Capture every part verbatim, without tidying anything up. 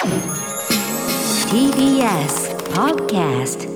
ティービーエス Podcast。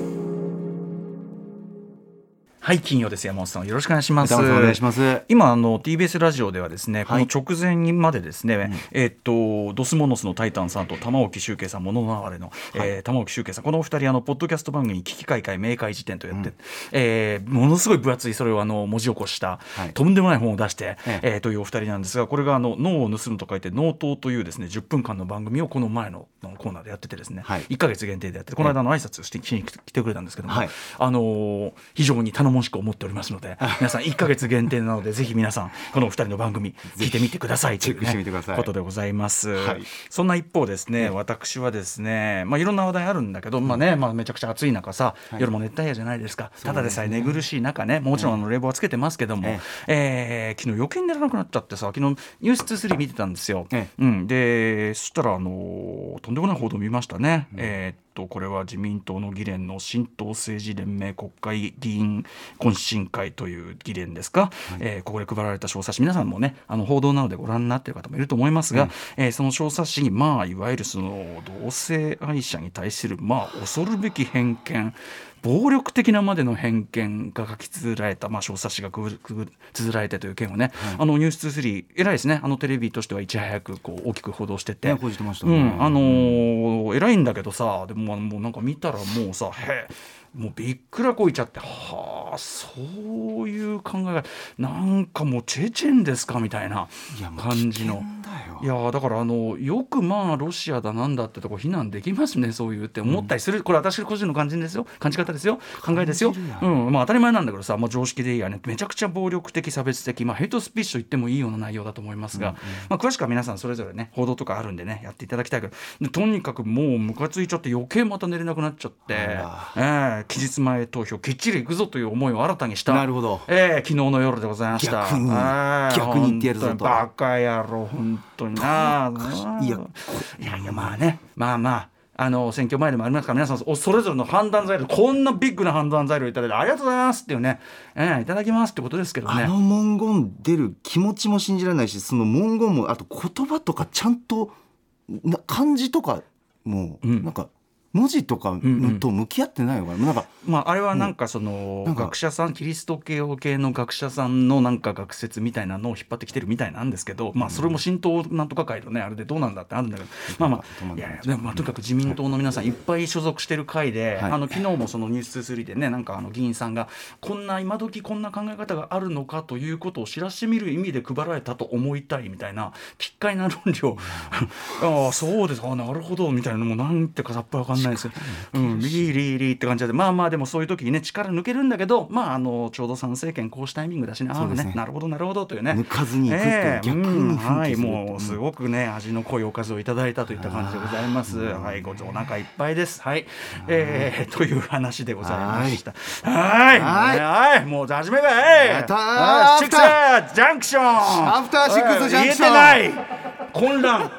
はい、金曜です。山本さんよろしくお願いします。 お願いします。 今あの ティービーエス ラジオではですね、 はい、 この直前にまでですね、うん、えー、っとドスモノスのタイタンさんと玉置周慶さん、物のあれの、はい、えー、玉置周慶さん、このお二人あのポッドキャスト番組危機開会明快辞典とやって、うん、えー、ものすごい分厚いそれをあの文字起こした、はい、とんでもない本を出して、ええー、というお二人なんですが、これがあの脳を盗むと書いて脳盗というですねじゅっぷんかんの番組をこの前のコーナーでやっててですね、はい、いっかげつ限定でやってて、この間の挨拶してしに来てくれたんですけども、はい、あのー、非常に頼もしく思っておりますので、皆さんいっかげつ限定なのでぜひ皆さんこのお二人の番組聞いてみてくださいという、ね、ことでございます、はい、そんな一方ですね、私はですね、まあ、いろんな話題あるんだけど、まあねまあ、めちゃくちゃ暑い中さ、はい、夜も熱帯夜じゃないですか、ただでさえ寝苦しい中ね、もちろんあの冷房はつけてますけども、ええー、昨日余計に寝らなくなっちゃってさ、昨日ニュースにじゅうさん見てたんですよ、えうん、でそしたらあのとんでもない報道見ましたね、うん、えーこれは自民党の議連の新党政治連盟国会議員懇親会という議連ですか、はい、えー、ここで配られた小冊子、皆さんもねあの報道などでご覧になっている方もいると思いますが、うん、えー、その小冊子に、まあ、いわゆるその同性愛者に対する、まあ、恐るべき偏見、暴力的なまでの偏見が書き綴られた、まあ、小冊子がくぐくぐ綴られてという件をね、はい、あのニュースにじゅうさん偉いですね、あのテレビとしてはいち早くこう大きく報道してて、 ね、報じてましたね、 うん、あのー、偉いんだけどさ、でも、もうなんか見たらもうさ、へもうびっくらこいちゃって、はあそういう考えがなんかもうチェチェンですかみたいな感じの、いやだからあのよくまあロシアだなんだってとこ非難できますね、そういうって思ったりする、うん、これ私個人の感じですよ、感じ方ですよ、考えですよ、うんまあ、当たり前なんだけどさ、もう常識でいいやね、めちゃくちゃ暴力的差別的、まあ、ヘイトスピーチと言ってもいいような内容だと思いますが、うんうん、まあ、詳しくは皆さんそれぞれね報道とかあるんでねやっていただきたいけど、でとにかくもうムカついちゃって余計また寝れなくなっちゃって、えー、期日前投票きっちりいくぞという思いを新たにした、 なるほど、 えー、昨日の夜でございました。 逆に逆に言ってやるぞと、 バカ野郎本当にな、いやいやいやまあねまあまああの選挙前でもありますから、皆さんそれぞれの判断材料、こんなビッグな判断材料いただいてありがとうございますっていうね、えー、いただきますってことですけどね、 あの文言出る気持ちも信じられないし、その文言もあと言葉とかちゃんとな漢字とかもうなんか、うん文字とかと向き合ってないのかな、うんうん、なんかまあ、あれはなんかその学者さん、キリスト教系の学者さんのなんか学説みたいなのを引っ張ってきてるみたいなんですけど、まあ、それも新党なんとか会のねあれでどうなんだってあるんだけど、まあまあいやいやでもまあとにかく自民党の皆さんいっぱい所属してる会で、はい、あの昨日もそのニュースにじゅうさんでねなんかあの議員さんがこんな今時こんな考え方があるのかということを知らしめる意味で配られたと思いたいみたいな奇怪な論理をああそうですか、なるほどみたいなのもなんてかさっぱり分かんないですけど、うん、リーリーリーって感じで、まあまあでもそういう時にね力抜けるんだけど、まああのちょうど参政権こうしたタイミングだしな、あ、ね、なるほどなるほどというね、 抜かずにいくって、 えー、 逆にはい、もうすごくね味の濃いおかずをいただいたといった感じでございます。はい、ごお腹いっぱいです。はい、えー、という話でございました。はいはいはい、もう始めばい。 アフターシックスジャンクション、 アフターシックスジャンクション、 言えてない混乱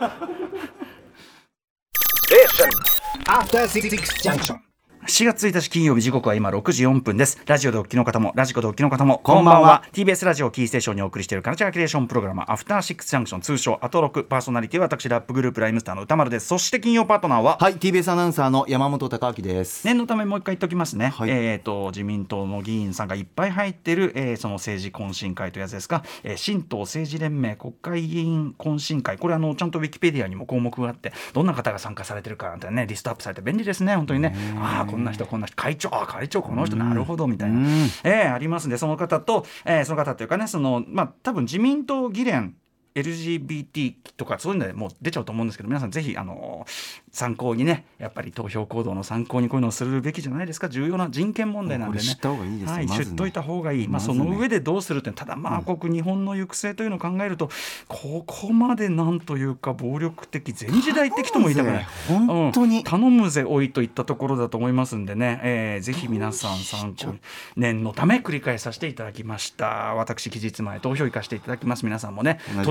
アフターシックスジャンクション。 しがつついたち金曜日、時刻は今ろくじよんぷんです。ラジオでお聞きの方もラジコでお聞きの方もこんばんは。 ティービーエス ラジオキーステーションにお送りしているカルチャーキュレーションプログラムアフターシックスジャンクション、通称アトロク。パーソナリティは私ラップグループライムスターの歌丸です。そして金曜パートナーははい ティービーエス アナウンサーの山本貴明です。 念のためもう一回言っておきますね、はい、えー、と自民党の議員さんがいっぱい入ってる、えー、その政治懇親会というやつですか、えー、新党政治連盟国会議員懇親会、これあのちゃんとウィキペディアにも項目があってどんな方が参加されてるかなんてねリストアップされて便利ですね本当にね。ああこんな人こんな人、会長、あ会長この人なるほどみたいな、えー、ありますんで、その方と、えー、その方というかね、そのまあ多分自民党議連エルジービーティー とかそういうのでもう出ちゃうと思うんですけど、皆さんぜひあの参考にね、やっぱり投票行動の参考にこういうのをするべきじゃないですか。重要な人権問題なんでね、 知った方がいいですよ、 はい、 まずね、 知っといた方がいい、まあ、その上でどうするって、ただまあ国、うん、日本の行く末というのを考えるとここまでなんというか暴力的、前時代的とも言いたくない、 本当に、 うん、頼むぜおいといったところだと思いますんでね、えー、ぜひ皆さん参考に念のため繰り返させていただきました。私期日前投票行かせていただきます。皆さんもね当日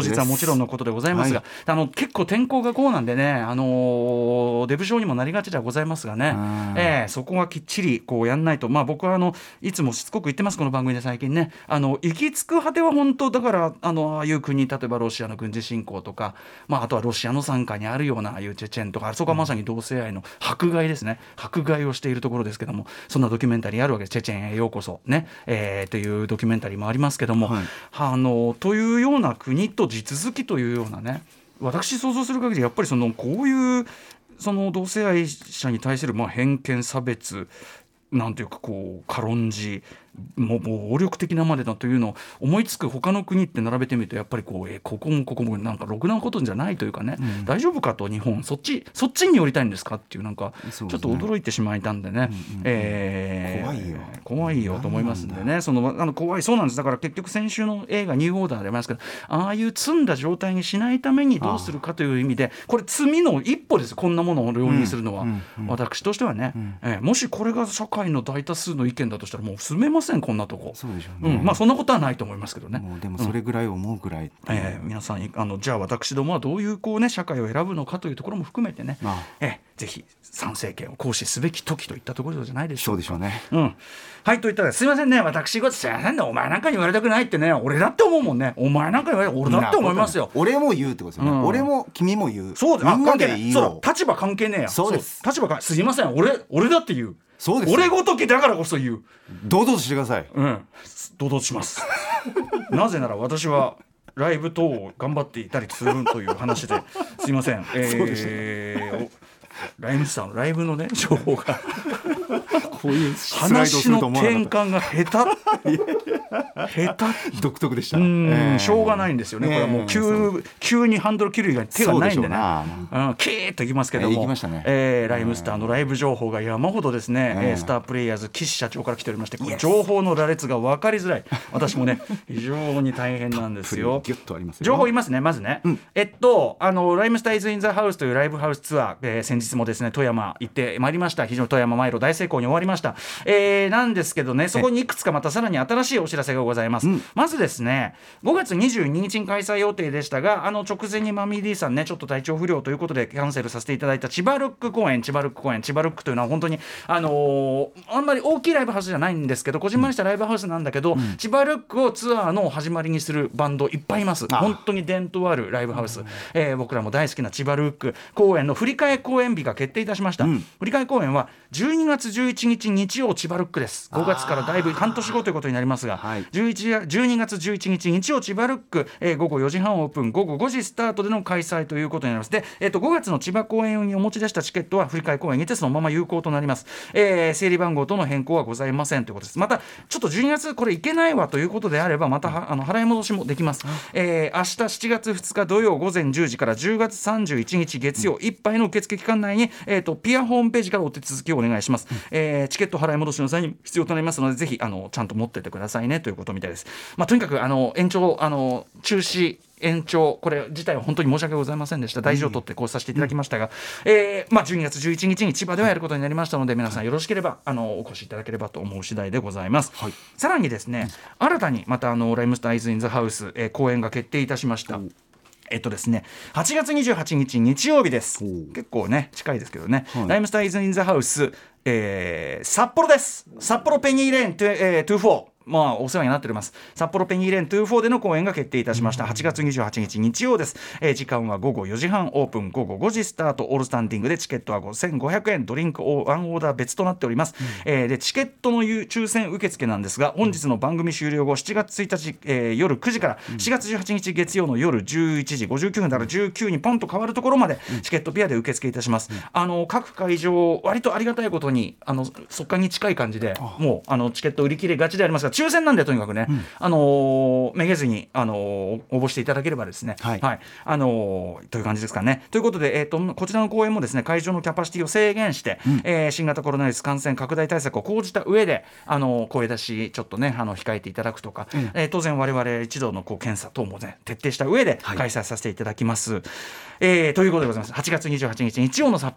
日はもちろんのことでございますが、はい、あの結構天候がこうなんでね、あのー、デブ症にもなりがちではございますがね、えー、そこはきっちりこうやんないと、まあ、僕はあのいつもしつこく言ってます、この番組で最近ね、あの行き着く果ては本当だから、あのああいう国、例えばロシアの軍事侵攻とか、まあ、あとはロシアの傘下にあるようなああいうチェチェンとか、そこはまさに同性愛の迫害ですね、迫害をしているところですけども、そんなドキュメンタリーあるわけです。チェチェンへようこそ、ねえー、というドキュメンタリーもありますけども、はい、あのというような国と地続きというようなね、私想像する限りやっぱりそのこういうその同性愛者に対するまあ偏見差別なんていうかこう軽んじもう暴力的なまでだというのを思いつく他の国って並べてみるとやっぱりこう、えー、ここもここもなんかろくなことじゃないというかね、うん、大丈夫かと日本そっちそっちに寄りたいんですかっていうなんかちょっと驚いてしまいたんでね、うんうんえー、怖いよ怖いよと思いますんでね、そのあの怖いそうなんです。だから結局先週の映画ニューオーダーでありますけど、ああいう積んだ状態にしないためにどうするかという意味でこれ罪の一歩です。こんなものを容認するのは、うんうんうん、私としてはね、うんえー、もしこれが社会の大多数の意見だとしたらもう住めませんこんなとこ。そうでしょうね、うんまあ、そんなことはないと思いますけどね。もうでもそれぐらい思うぐらい、うんえー、皆さんあのじゃあ私どもはどういう、こう、ね、社会を選ぶのかというところも含めてね、ああえー、ぜひ参政権を行使すべき時といったところじゃないでしょうか。 そうでしょうね、 うん、はいといったらすいませんね、私事すいませんね、お前なんかに言われたくないってね、俺だって思うもんね。お前なんかに言われた俺だって思いますよ。 俺も言うってことですよね、うん、俺も君も言う。 そうみんなで言う。 そう立場関係ねえや。 そうです。 立場かすいません 俺, 俺だって言う。 そうです。 俺ごときだからこそ言う。 堂々としてください。 うん堂々としますなぜなら私はライブ等を頑張っていたりするという話ですいません、えー、ライムスターのライブのね情報がこういう話の転換が下手下手独特でした。 うん、えー、しょうがないんですよね、これはもう 急,、えー、急にハンドル切る以外に手がないんでね、うん、キーッといきますけども、えー行きましたねえー、ライムスターのライブ情報が山ほどですね、えー、スタープレイヤーズ岸社長から来ておりまして、これ情報の羅列が分かりづらい。私もね非常に大変なんですよ。 ギュッとありますよ。 情報言いますね。まずね、うん、えっとあのライムスターイズインザハウスというライブハウスツアー、えー、先日もですね富山行ってまいりました。非常に富山マイル大成功に終わりました、えー、なんですけどね、そこにいくつかまたさらに新しいお知らせがございます、うん、まずですねごがつにじゅうににちに開催予定でしたが、あの直前にマミー D さんねちょっと体調不良ということでキャンセルさせていただいた千葉ルック公演千葉ルック公演千葉ルックというのは本当にあのー、あんまり大きいライブハウスじゃないんですけど、こじんまりしたライブハウスなんだけど、うん、千葉ルックをツアーの始まりにするバンドいっぱいいます。本当に伝統あるライブハウス、うんえー、僕らも大好きな千葉ルック公演の振り替え公演日が決定いたしました、うん、振り替え公演はじゅうにがつじゅういちにち日曜千葉ルックです。ごがつからだいぶ半年後ということになりますが、はい、じゅういちじゅうにがつじゅういちにち日曜千葉ルック、えー、ごごよじはんオープンごごごじスタートでの開催ということになります。で、えー、とごがつの千葉公演にお持ち出したチケットは振り替え公演にてそのまま有効となります、えー、整理番号との変更はございませんということです。またちょっとじゅうにがつこれいけないわということであればまたあの払い戻しもできます、えー、明日しちがつふつか土曜午前じゅうじからじゅうがつさんじゅういちにち月曜いっぱいの受付期間内に、えー、とピアホームページからお手続きをお願いします、えー、チケット払い戻しの際に必要となりますのでぜひあのちゃんと持ってってくださいねということみたいです。まあ、とにかくあの延長あの中止延長これ自体は本当に申し訳ございませんでした。大事を取ってこうさせていただきましたが、うんえーまあ、じゅうにがつじゅういちにちに千葉ではやることになりましたので皆さんよろしければあのお越しいただければと思う次第でございます、はい、さらにですね、うん、新たにまたあのライムスターイズインザハウス、えー、公演が決定いたしました、うんえっとですね、はちがつにじゅうはちにち日曜日です。結構ね近いですけどね、はい、ライムスターイズインザハウス、えー、札幌です。札幌ペニーレーンにじゅうよんまあお世話になっております札幌ペニーレーンにじゅうよんでの公演が決定いたしました。はちがつにじゅうはちにち日曜です、えー、時間はごごよじはんオープンごごごじスタートオールスタンディングでチケットはごせんごひゃくえんドリンクワンオーダー別となっております、うんえー、でチケットの抽選受付なんですが本日の番組終了後しちがつついたち、えー、夜くじからしがつじゅうはちにち月曜の夜じゅういちじごじゅうきゅうふんからじゅうきゅうにポンと変わるところまでチケットピアで受付いたします、うん、あの各会場割とありがたいことにあの速乾に近い感じでもうあのチケット売り切れがちでありますが抽選なんでとにかくねうんあのー、めげずに、あのー、応募していただければですね、はいはいあのー、という感じですかね。ということで、えー、とこちらの公演もですね会場のキャパシティを制限して、うんえー、新型コロナウイルス感染拡大対策を講じた上で、あのー、声出しちょっとねあの控えていただくとか、うんえー、当然我々一度のこう検査等もね徹底した上で開催させていただきます、はいえー、ということでございます。はちがつにじゅうはちにち日曜の札幌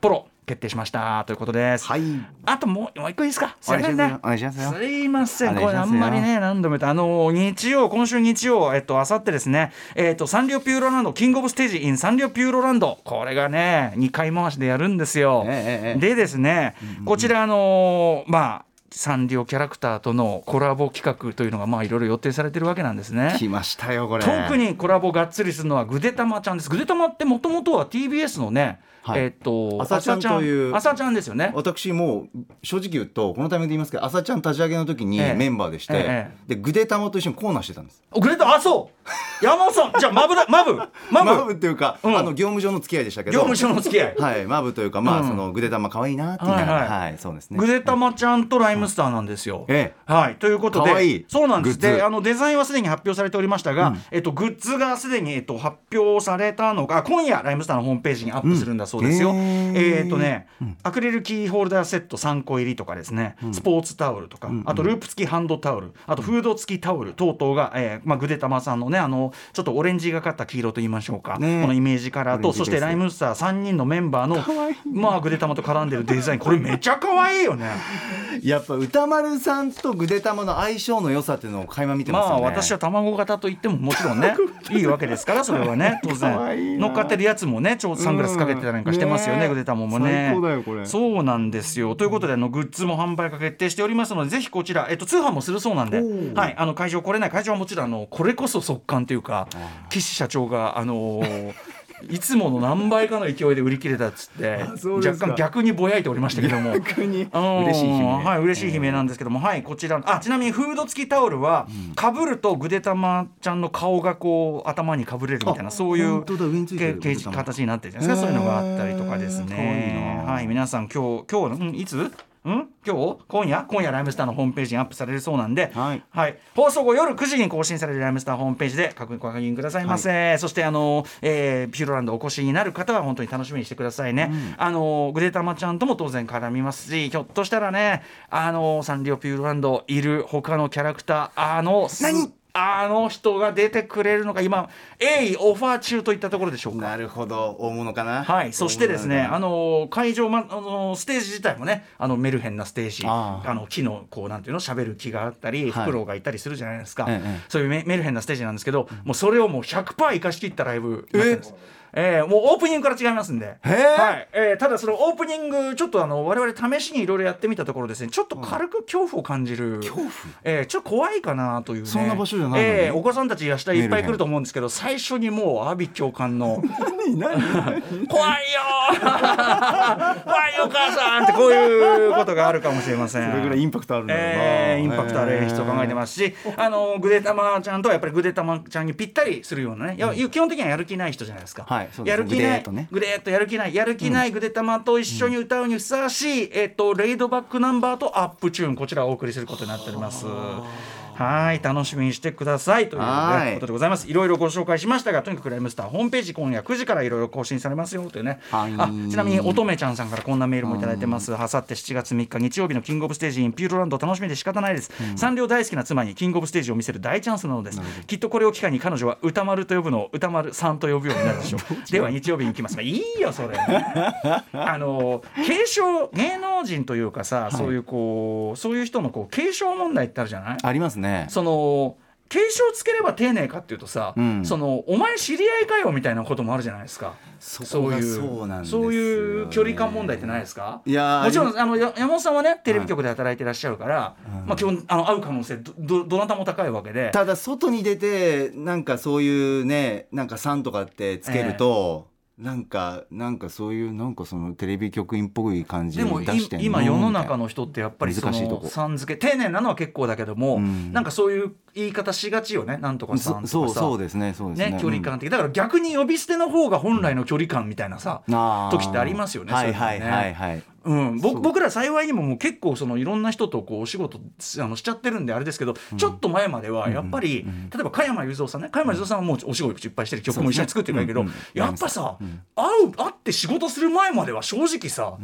決定しましたということです。 はい。 あともうもう一個いいですか。すいませんね。 お願いしますよ。 すいません。これあお願いしますよんまりね何度も言ったあの日曜今週日曜えっと明後日ですね。えっとサンリオピューロランドキングオブステージ in サンリオピューロランドこれがねにかい回しでやるんですよ。 ええええでですね、こちらあのー、まあサンリオキャラクターとのコラボ企画というのがまあいろいろ予定されてるわけなんですね。 来ましたよこれ。 特にコラボがっつりするのはぐでたまちゃんです。ぐでたまってもともとは ティービーエス のね、はい、えっと朝ちゃんという朝ちゃんですよね。 私もう正直言うとこのタイミングで言いますけど朝ちゃん立ち上げの時にメンバーでして、えええ、でぐでたまと一緒にコーナーしてたんです。 ぐでたあそう山本さんじゃあマブだマブマブマブっていうか、うん、あの業務上の付き合いでしたけど業務上の付き合いはいマブというかまあ、うん、そのぐでたま可愛いなって言いながら、はいはい、そうですね。 ぐでたまちゃんとライムスターなんですよ。 ええ、 はいということで可愛いそうなんです。であのデザインはすでに発表されておりましたが、うんえっと、グッズがすでに、えっと、発表されたのが今夜ライムスターのホームページにアップするんだそうですよ。うん、えー、っとね、うん、アクリルキーホルダーセットさんこ入りとかですね、うん、スポーツタオルとか、うん、あとループ付きハンドタオルあとフード付きタオル等々が、えーまあ、ぐでたまさんのねあのちょっとオレンジがかった黄色と言いましょうか、ね、このイメージカラーとそしてライムスターさんにんのメンバーのまあぐでたまと絡んでるデザインこれめちゃ可愛いよね。 やっぱ歌丸さんとぐでたまの相性の良さっていうのを垣間見てますよね。 まあ私は卵型と言ってももちろんねいいわけですからそれはね当然乗っかってるやつもねちょうどサングラスかけてたりなんかしてますよね、ぐでたまもね。 最高だよこれ。 そうなんですよ。ということであのグッズも販売が決定しておりますのでぜひこちら、えっと、通販もするそうなんで、はい、あの会場来れない会場はもちろんあのこれこそ速乾というか岸社長があのーいつもの何倍かの勢いで売り切れたっつって若干逆にぼやいておりましたけども逆に嬉しい悲鳴、 はい、嬉しい悲鳴なんですけども、はい、こちらあちなみにフード付きタオルはかぶるとぐでたまちゃんの顔がこう頭にかぶれるみたいなそういう形になってるじゃないですか。そういうのがあったりとかですね。はい、皆さん今日今日、うん、いつん今日今夜今夜ライムスターのホームページにアップされるそうなんで、はいはい、放送後夜くじに更新されるライムスターホームページで確認くださいませ、はい、そしてあの、えー、ピューロランドお越しになる方は本当に楽しみにしてくださいね、うん、あのぐでたまちゃんとも当然絡みますしひょっとしたらねあのサンリオピューロランドいる他のキャラクターあの何あの人が出てくれるのか今鋭意オファー中といったところでしょうか。 なるほど大物かな。 はいそしてですねあの会場、ま、あのステージ自体もねあのメルヘンなステージ あ, あの木のこうなんていうの喋る木があったり、はい、フクロウがいたりするじゃないですか、ええ、そういう メ, メルヘンなステージなんですけど、うん、もうそれをもう ひゃくパーセント 生かしきったライブになってるんです。えー、もうオープニングから違いますんで、はいえー、ただそのオープニングちょっとあの我々試しにいろいろやってみたところですねちょっと軽く恐怖を感じる、 恐怖、 えー、ちょっと怖いかなというね。 そんな場所じゃないのに、 えー、お子さんたち明日いっぱい来ると思うんですけど最初にもう阿鼻教官の何何怖いよ怖いよお母さんってこういうことがあるかもしれません。 それぐらいインパクトあるんだろうな、 えー、インパクトある演出を考えてますし、あのぐでたまちゃんとはやっぱりぐでたまちゃんにぴったりするようなね、うん、基本的にはやる気ない人じゃないですか、はいそうですね、やる気ないグレー、ね、グレーっとやる気ないやる気ないぐでたまと一緒に歌うにふさわしい、うんえー、とレイドバックナンバーとアップチューンこちらをお送りすることになっております。はい楽しみにしてくださいということでございます。いろいろご紹介しましたがとにかくライムスターホームページ今夜くじからいろいろ更新されますよというね。あちなみに乙女ちゃんさんからこんなメールもいただいてます。あさってしちがつみっか日曜日のキングオブステージインピューロランド楽しみで仕方ないです、うん、サンリオ大好きな妻にキングオブステージを見せる大チャンスなのです。きっとこれを機会に彼女は歌丸と呼ぶのを歌丸さんと呼ぶようになるでしょうでは日曜日に行きますがいいよそれあの継承芸能人というかさ、はい、そういうこうそういう人のこう継承問題ってあるじゃない。 ありますね。 その継承つければ丁寧かっていうとさ、うん、そのお前知り合いかよみたいなこともあるじゃないですか。 そこがそうなんですよね。 そういう距離感問題ってないですか。 いやもちろんあの山本さんはねテレビ局で働いてらっしゃるから、はいまあ、基本あの会う可能性 ど, ど, どなたも高いわけで、 ただ外に出てなんかそういうねなんかさんとかってつけると、えーなんかなんかそういうなんかそのテレビ局員っぽい感じに出してんの。 でも今世の中の人ってやっぱりそのさん付け丁寧なのは結構だけども、うん、なんかそういう言い方しがちよね。なんとかさんとかさそうそうですねそうですね、 ね距離感的だから逆に呼び捨ての方が本来の距離感みたいなさ、うん、時ってありますよね。 はいはいはいはいうん、僕ら幸いにももう結構そのいろんな人とこうお仕事あのしちゃってるんであれですけど、うん、ちょっと前まではやっぱり、うんうん、例えば加山雄三さんね加山雄三さんはもうお仕事いっぱいしてる曲も一緒に作ってるんだけど、うんうん、やっぱさ、うん、会う会って仕事する前までは正直さ、うん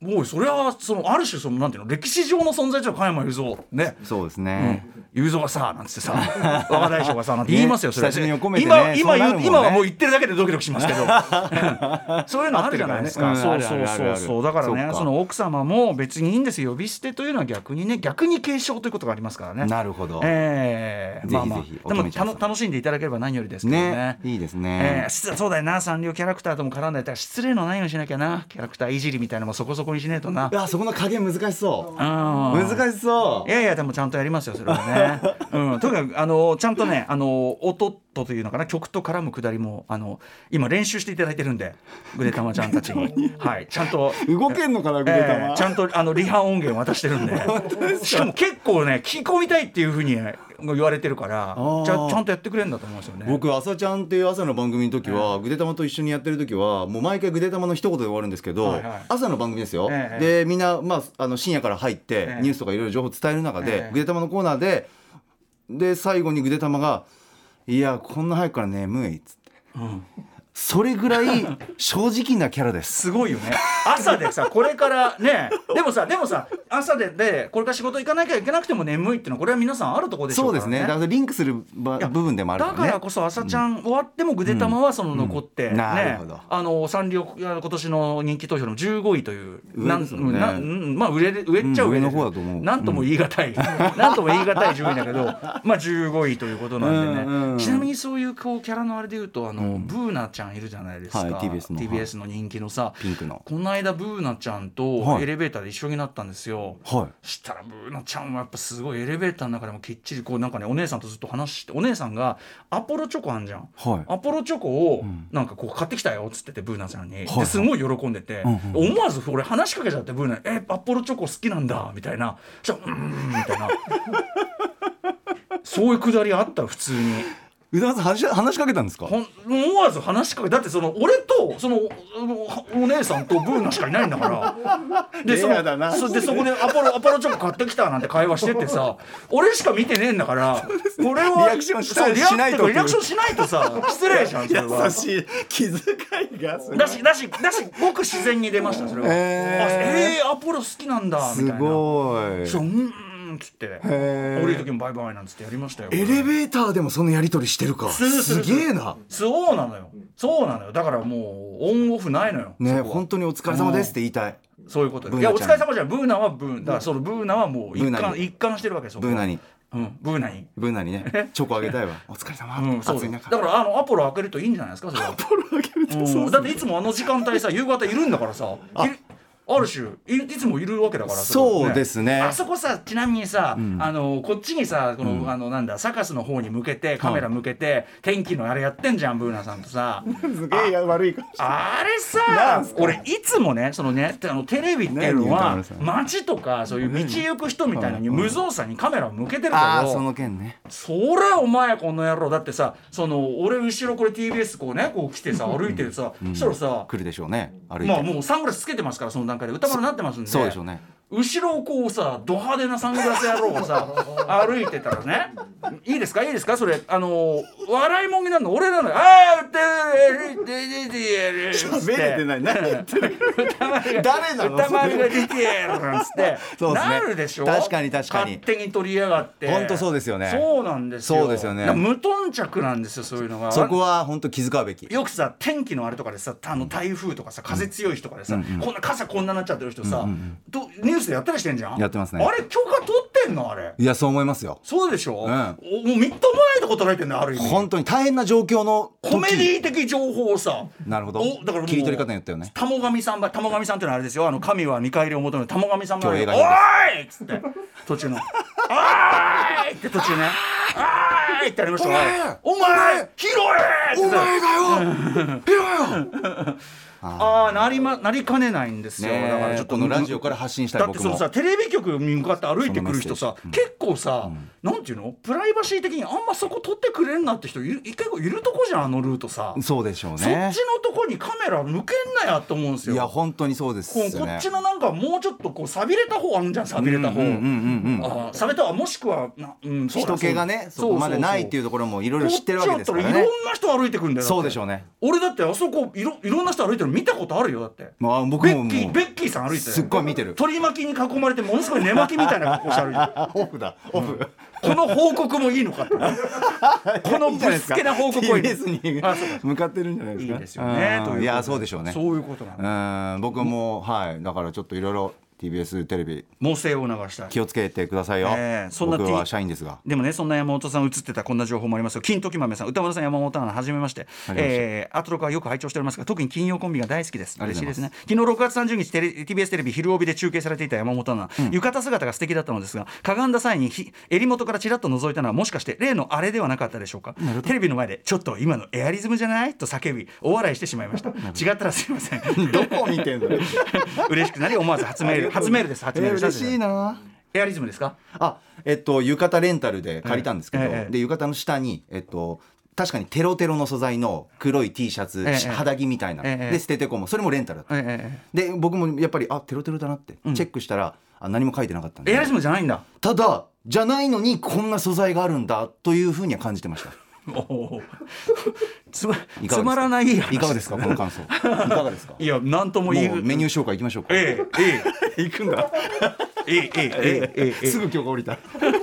もうそれはそのある種そのなんていうの歴史上の存在じゃ加山雄三ね。 そうですね、 うん、雄三がさなんつってさ若大将がさなんて言いますよ、それ親しみを込めてね。 今今言う、 ね、 今はもう言ってるだけでドキドキしますけどそういうのあるじゃないですか、 うん、 そうそうそうそうだからね、その奥様も別にいいんですよ、呼び捨てというのは逆にね逆に継承ということがありますからね。 なるほど、 えー、 ぜひぜひ、 まあまあ、でも楽しんでいただければ何よりですけどね。 ね、いいですね、 えー、そうだよな、サンリオキャラクターとも絡んでたら失礼のないようにしなきゃな、キャラクターいじりみたいなのもそこそこにしねえとな。 いやそこの加減難しそう、 難しそう。 いやいやでもちゃんとやりますよそれはね、うん、とにかくあのちゃんとねあの音というのかな、曲と絡むくだりもあの今練習していただいてるんで、ぐでたまちゃんたちにはいちゃんと動けんのかな、ぐでたま、 えー、ちゃんとあのリハ音源渡してるんでしかも結構ね聞き込みたいっていうふうに言われてるからちゃ、ちゃんとやってくれるんだと思うんですよね。 僕朝ちゃんっていう朝の番組の時は、えー、ぐでたまと一緒にやってる時はもう毎回ぐでたまの一言で終わるんですけど、はいはい、朝の番組ですよ、えー、でみんな、まあ、あの深夜から入って、えー、ニュースとかいろいろ情報伝える中で、えー、ぐでたまのコーナーでで最後にぐでたまがいやこんな早くから眠いっつって、うん、それぐらい正直なキャラですすごいよね朝でさこれからねでもさでもさ朝ででこれから仕事行かなきゃいけなくても眠いっていうのはこれは皆さんあるところでしょうからね。 そうですね、だからリンクする部分でもあるからね。 だからこそ朝ちゃん、うん、終わってもぐでたまはその残って、うんうん、 なるほど、 あのサンリオ今年の人気投票のじゅうごいという上ですよね、 なまあ上で上っちゃ上で、 うん、上の方だと思う、 なんとも言い難い、うん、なんとも言い難い順位だけどまあじゅうごいということなんでね、うんうん、ちなみにそういうこうキャラのあれでいうとあの、うん、ブーナちゃんいるじゃないですか、はい、ティービーエス の ティービーエス の人気のさピンクのこの間ブーナちゃんとエレベーターで一緒になったんですよ、 はい、 したらブーナちゃんはやっぱすごいエレベーターの中でもきっちりこうなんかねお姉さんとずっと話して、お姉さんがアポロチョコあんじゃん、はい、アポロチョコをなんかこう買ってきたよっつっててブーナちゃんに、はい、ですごい喜んでて、うんうん、思わず俺話しかけちゃってブーナにえアポロチョコ好きなんだみたいな、じゃあうーんみたいなそういうくだりあった普通に。 宇田さん 話, 話しかけたんですか。 思わず話しかけだってその俺とそのお姉さんとブーナしかいないんだからで そ, そ, でそこでアポロアポロチョコ買ってきたなんて会話しててさ俺しか見てねえんだからこれはリアクション し, しないとリアクションしないとさ失礼じゃんそれは。 優しい気遣いがすごいだしだしだしごく自然に出ましたそれは。えー、えー、アポロ好きなんだみたいな。 すごい。 そううんつって降りる時もバイバイなんつってやりましたよ。 エレベーターでもそのやり取りしてるか。すげえな。 そうなのよそうなのよだからもうオンオフないのよね。本当にお疲れ様ですって言いたい。 そういうことでいやお疲れ様じゃん。ブーナはブーだからそのブーナはもう一貫一貫してるわけですよ。 ブーナにうん、ブーナにブーナにねチョコあげたいわお疲れ様、 うん、そうだからあのアポロ開けるといいんじゃないですかそれは。 アポロ開けると、うん、 そうだっていつもあの時間帯さ夕方いるんだからさあある種 い, いつもいるわけだから。 そうですね。 あそこさちなみにさ、うん、あのこっちにさこの、うん、あのなんだサカスの方に向けてカメラ向けて、はい、天気のあれやってんじゃんブーナさんとさすげえ悪いかもしれない。 あれさ俺いつもねそのねあのテレビっていうのは街とかそういう道行く人みたいなのに無造作にカメラを向けてるけど、 あその件ね。 そりゃお前この野郎だってさその俺後ろこれ ティービーエス こうねこう来てさ歩いてるさ、うん、そしたらさ来るでしょうね歩いて。 まあもうサングラスつけてますからその段階で歌丸になってますんで。 そうでしょうね。 後ろをこうさド派手なサングラス野郎がさ歩いてたらねいいですかいいですかそれあの笑いもんになるの俺なのよ。ああ歌丸が出てやる喋れてない何言ってる誰なの歌丸が出てやるなんつってそうですね、 なるでしょ。 確かに確かに勝手に取りやがって本当そうですよね。 そうなんですよ。 そうですよね。 無頓着なんですよそういうのが。 そこは本当気遣うべき。 よくさ天気のあれとかでさあの台風とかさ風強い日とかでさ、うんうん、こんな傘こんななっちゃってる人さ、うんうん、とニュースでやったりしてんじゃん。 やってますね。 あれ許可取ってんのあれ。 いやそう思いますよ。 そうでしょ、うん、もうみっともないとこ捉えてんのある意味。 本当に大変な状況のコメディ的情報をさ。 なるほど。だからもう切り取り方によったよね。 玉神さんば玉神さんってのはあれですよあの神は見返りを求める玉神さんがおーいっつって途中のおーいって途中ねおーいってありました。お前拾えお前だよ拾えよああなりまなりかねないんですよ。だからちょっとこのラジオから発信したい僕も。 だってそのさテレビ局に向かって歩いてくる人さ、うん、結構さ、うん、なんていうのプライバシー的にあんまそこ撮ってくれんなって人いる結構いるとこじゃんあのルートさ。 そうでしょうね。 そっちのとこにカメラ向けんなやと思うんですよ。 いや本当にそうですよね。 こ, こっちのなんかもうちょっとこう錆びれた方あるんじゃん。錆びれた方、うんうんうんうん、あ錆びた方もしくはな、うん、 人気がねそこまでないっていうところもいろいろ知ってるわけですからね。 いろんな人歩いてくんだよ。 そうでしょうね。 俺だってあそこい ろ, いろんな人歩いてるの見たことあるよ。だって、 まあ、僕もベッキーベッキーさん歩いてる。 すっごい見てる。 取り巻きに囲まれてものすごい寝巻きみたいな格好して歩いてるオフだオフ、うん、 この報告もいいのかってこのぶつけな報告をいいティービーエス に向かってるんじゃないですか。 いいですよね。 いやそうでしょうね。 そういうことなんうん僕も、はいだからちょっといろいろティービーエス テレビ猛省を流したい。気をつけてくださいよ、えー、そんな僕は社員ですが。 でもねそんな山本さん映ってたこんな情報もありますよ。金時豆さん歌丸さん山本アナはじめまして、えー、アトロクはよく拝聴しておりますが特に金曜コンビが大好きです。嬉しいですね。昨日ろくがつさんじゅうにちテレ ティービーエス テレビ昼帯で中継されていた山本アナ、うん、浴衣姿が素敵だったのですがかがんだ際に襟元からちらっと覗いたのはもしかして例のあれではなかったでしょうか。テレビの前でちょっと今のエアリズムじゃないと叫び大笑いしてしまいました。違ったらすいませんどこを見てんの嬉しくなり思わず初メール初メールです初メール嬉しいな。 エアリズムですか。 あえっと浴衣レンタルで借りたんですけど、ええで浴衣の下にえっと確かにテロテロの素材の黒い T シャツ、ええ、肌着みたいな、ええ、で捨ててこもそれもレンタルだった、ええ、で僕もやっぱりあテロテロだなってチェックしたら、うん、あ何も書いてなかったんでエアリズムじゃないんだ。 ただじゃないのにこんな素材があるんだというふうには感じてました。おつ, まつまらない話、 いかがですかこの感想いかがですか。 いや何とも言うメニュー紹介いきましょうか。 ええええ行くんだええええええすぐ今日が降りた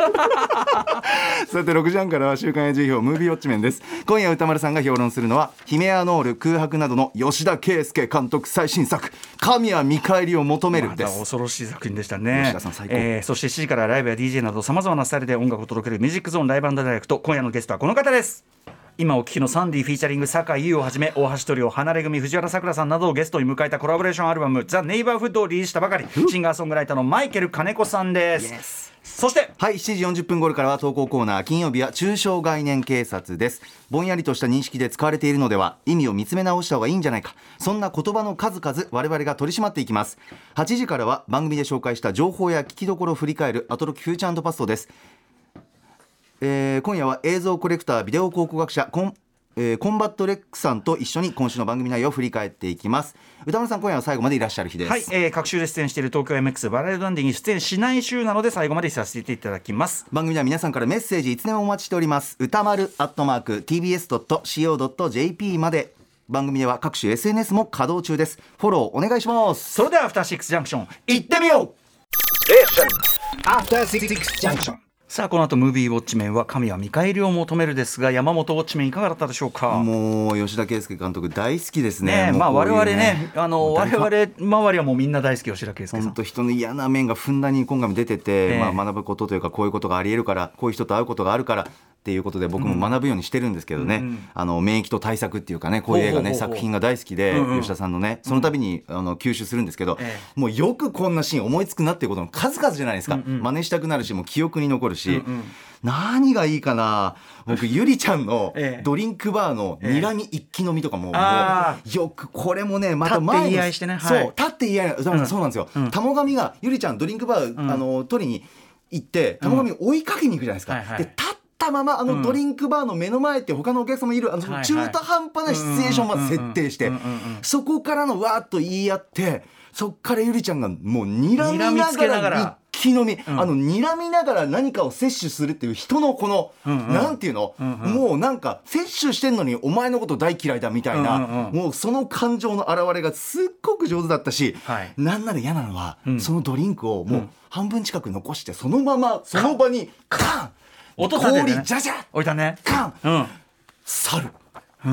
さてろくじはんからは週刊映画辞表ムービーウォッチメンです。今夜歌丸さんが評論するのはヒメアノール空白などの吉田圭佑監督最新作神は見返りを求めるです。 また恐ろしい作品でしたね。 吉田さん最高、 えー、そしてしちじからライブや ディージェー などさまざまなスタイルで音楽を届けるミュージックゾーンライブ&ダイレクト。今夜のゲストはこの方です。今お聞きのサンディフィーチャリング坂井優をはじめ大橋トリオ離れ組藤原さくらさんなどをゲストに迎えたコラボレーションアルバムザ・ネイバーフッドをリリースしたばかりシンガーソングライターのマイケル金子さんです、yes. そしてはいしちじよんじゅっぷん頃からは投稿コーナー金曜日は中小概念警察です。ぼんやりとした認識で使われているのでは意味を見つめ直した方がいいんじゃないかそんな言葉の数々我々が取り締まっていきます。はちじからは番組で紹介した情報や聞きどころを振り返るアトロックフューチャー&パストです。えー、今夜は映像コレクタービデオ考古学者コンえー、コンバットレックさんと一緒に今週の番組内容を振り返っていきます。歌丸さん今夜は最後までいらっしゃる日です。 はい、えー、各週で出演している東京 エムエックス バラエティダンディに出演しない週なので最後までさせていただきます。 番組では皆さんからメッセージいつでもお待ちしております。歌丸アットマーク ティービーエスドットシーオードットジェーピー まで。番組では各種 エスエヌエス も稼働中です。フォローお願いします。 それではアフターシックスジャンクション行ってみよう。 アフターシックスジャンクション。 さあこの後ムービーウォッチメンは神は見返りを求めるですが山本ウォッチメンいかがだったでしょうか。 もう吉田圭佑監督大好きですね。 ねまあ我々ねあの我々周りはもうみんな大好き吉田圭佑さん。 本当人の嫌な面がふんだんに今回も出てて、えーまあ、学ぶことというかこういうことがありえるからこういう人と会うことがあるからっていうことで僕も学ぶようにしてるんですけどね、うん、あの免疫と対策っていうかねこういう映画ね作品が大好きで、うんうん、吉田さんのねその度にあの吸収するんですけど、えー、もうよくこんなシーン思いつくなっていうことの数々じゃないですか、うんうん、真似したくなるしもう記憶に残るし、うんうん、何がいいかな僕ゆりちゃんのドリンクバーの睨み一気飲みとかも、えー、もうよくこれもねまた前に立って言い合いしてね、はい、 そう立って言い合い、うん、そうなんですよ、うん、玉神がゆりちゃんドリンクバー、うん、あの取りに行って玉神を追いかけに行くじゃないですか、うんはいはい、で立ったままあのドリンクバーの目の前って他のお客様いるあの中途半端なシチュエーションまで設定してそこからのわーっと言い合ってそっからゆりちゃんがもう睨みながら一気飲み、うん、あの睨みながら何かを摂取するっていう人のこの、うんうん、なんていうの、うんうん、もうなんか摂取してんのにお前のこと大嫌いだみたいな、うんうんうん、もうその感情の表れがすっごく上手だったし、はい、なんなら嫌なのは、うん、そのドリンクをもう半分近く残してそのままその場にカン音立ててね、 氷ジャジャ置いたねカン、うん、猿、うん、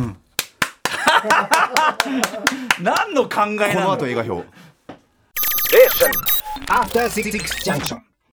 何の考えなの。 この後映画表アフターシックスジャンクション。